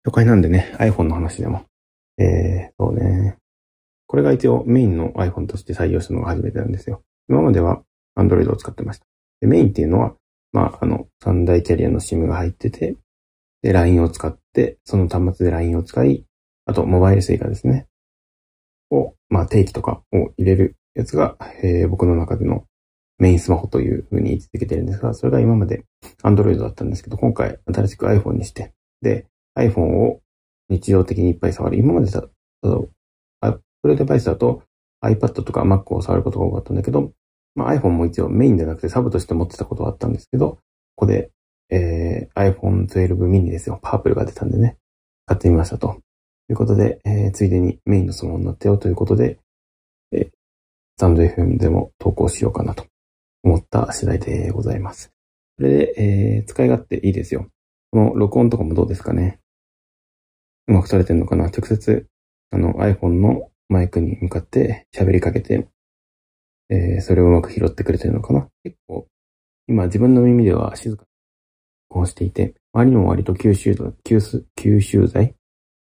初回なんでね、iPhone の話でも。そうね。これが一応メインの iPhone として採用したのが初めてなんですよ。今までは Android を使ってました。で、メインっていうのは、三大キャリアの SIM が入ってて、で、LINE を使って、その端末で LINE を使い、あと、モバイルスイカですね。定期とかを入れるやつが、僕の中でのメインスマホという風に位置づけてるんですが、それが今まで Android だったんですけど、今回新しく iPhone にして、で、iPhone を日常的にいっぱい触る。今までだと、Apple デバイスだと iPad とか Mac を触ることが多かったんだけど、iPhone も一応メインじゃなくてサブとして持ってたことはあったんですけど、ここで、iPhone 12 mini ですよ。パープルが出たんでね、買ってみましたと。ということで、ついでにメインのスマホになったよということで、スタンド FM でも投稿しようかなと思った次第でございます。それで、使い勝手いいですよ。この録音とかもどうですかね。うまく撮れてるのかな。直接、iPhone のマイクに向かって喋りかけて、それをうまく拾ってくれてるのかな。結構、今自分の耳では静かに録音していて、周りにも割と吸収材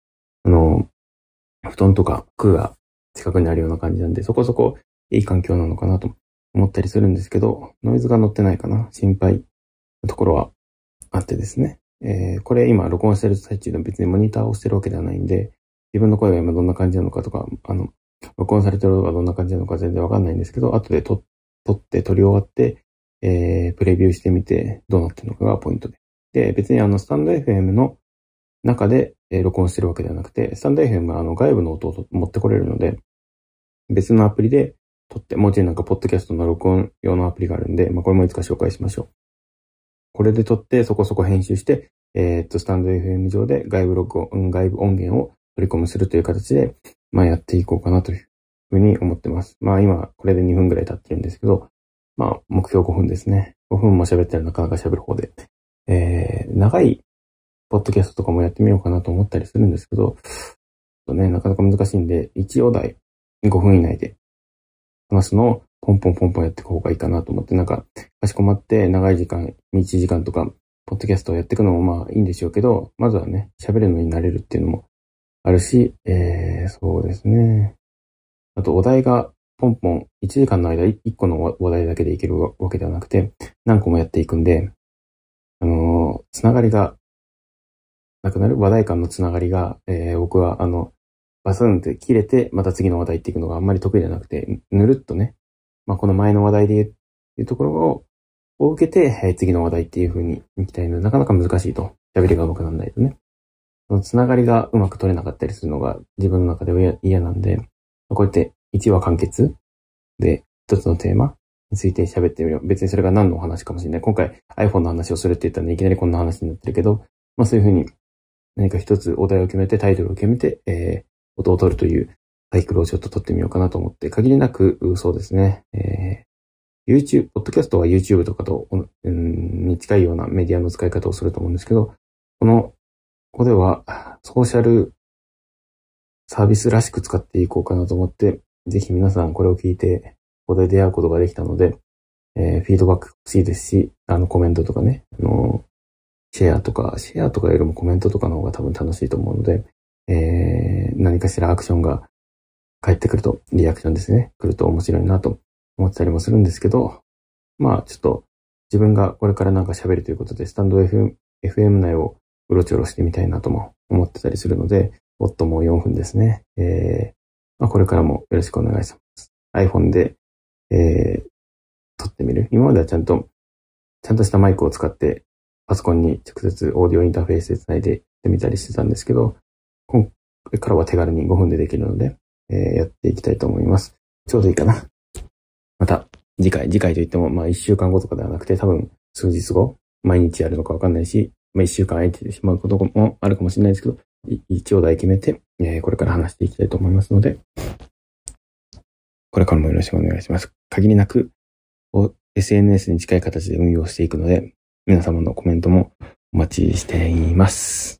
布団とか空が近くにあるような感じなんで、そこそこいい環境なのかなと思ったりするんですけど、ノイズが乗ってないかな。心配なところはあってですね。これ今録音してる最中でも別にモニターをしてるわけではないんで、自分の声が今どんな感じなのかとか、録音されてるのがどんな感じなのか全然わかんないんですけど、後で撮り終わって、プレビューしてみてどうなってるのかがポイントで。で、別にスタンド FM の中で、録音してるわけではなくて、スタンド FM は外部の音を持ってこれるので、別のアプリで撮って、もちろんポッドキャストの録音用のアプリがあるんで、これもいつか紹介しましょう。これで撮ってそこそこ編集して、スタンド FM 上で外部音源を取り込むするという形で、やっていこうかなというふうに思ってます。今、これで2分ぐらい経ってるんですけど、目標5分ですね。5分も喋ったらなかなか喋る方で。長いポッドキャストとかもやってみようかなと思ったりするんですけど、なかなか難しいんで、1お題5分以内で話すのをポンポンやっていく方がいいかなと思って、かしこまって長い時間、1時間とか、ポッドキャストをやっていくのもいいんでしょうけど、まずはね、喋るのに慣れるっていうのもあるし、そうですね。あとお題がポンポン1時間の間1個の話題だけでいけるわけではなくて、何個もやっていくんで、つながりがなくなる話題間のつながりが、僕はバスンって切れて、また次の話題っていくのがあんまり得意じゃなくて、ぬるっとね、この前の話題でいうところを受けて、次の話題っていう風に行きたいので、なかなか難しいと。喋りが上手くならないとね。そのつながりがうまく取れなかったりするのが自分の中では嫌なんで、こうやって1話完結で一つのテーマについて喋ってみよう。別にそれが何のお話かもしれない。今回 iPhone の話をするって言ったのでいきなりこんな話になってるけど、そういう風に何か一つお題を決めて、タイトルを決めて、音を取るというサイクルをちょっと取ってみようかなと思って、限りなく、そうですね、YouTube、ポッドキャストは YouTube とかと、に近いようなメディアの使い方をすると思うんですけど、ここではソーシャルサービスらしく使っていこうかなと思って、ぜひ皆さんこれを聞いて、ここで出会うことができたので、フィードバック欲しいですし、コメントとかね、シェアとかよりもコメントとかの方が多分楽しいと思うので、何かしらアクションが返ってくると、リアクションですね、来ると面白いなと思ってたりもするんですけど、ちょっと自分がこれから喋るということで、スタンド FM 内をうろちょろしてみたいなとも思ってたりするので、夫も4分ですね。これからもよろしくお願いします。iPhone で、撮ってみる。今まではちゃんとしたマイクを使って、パソコンに直接オーディオインターフェースでつないでやってみたりしてたんですけど、これからは手軽に5分でできるので、やっていきたいと思います。ちょうどいいかな。また、次回といっても、1週間後とかではなくて、多分、数日後、毎日やるのかわかんないし、1週間空いてしまうこともあるかもしれないですけど、一応題決めて、これから話していきたいと思いますので、これからもよろしくお願いします。限りなく、SNS に近い形で運用していくので、皆様のコメントもお待ちしています。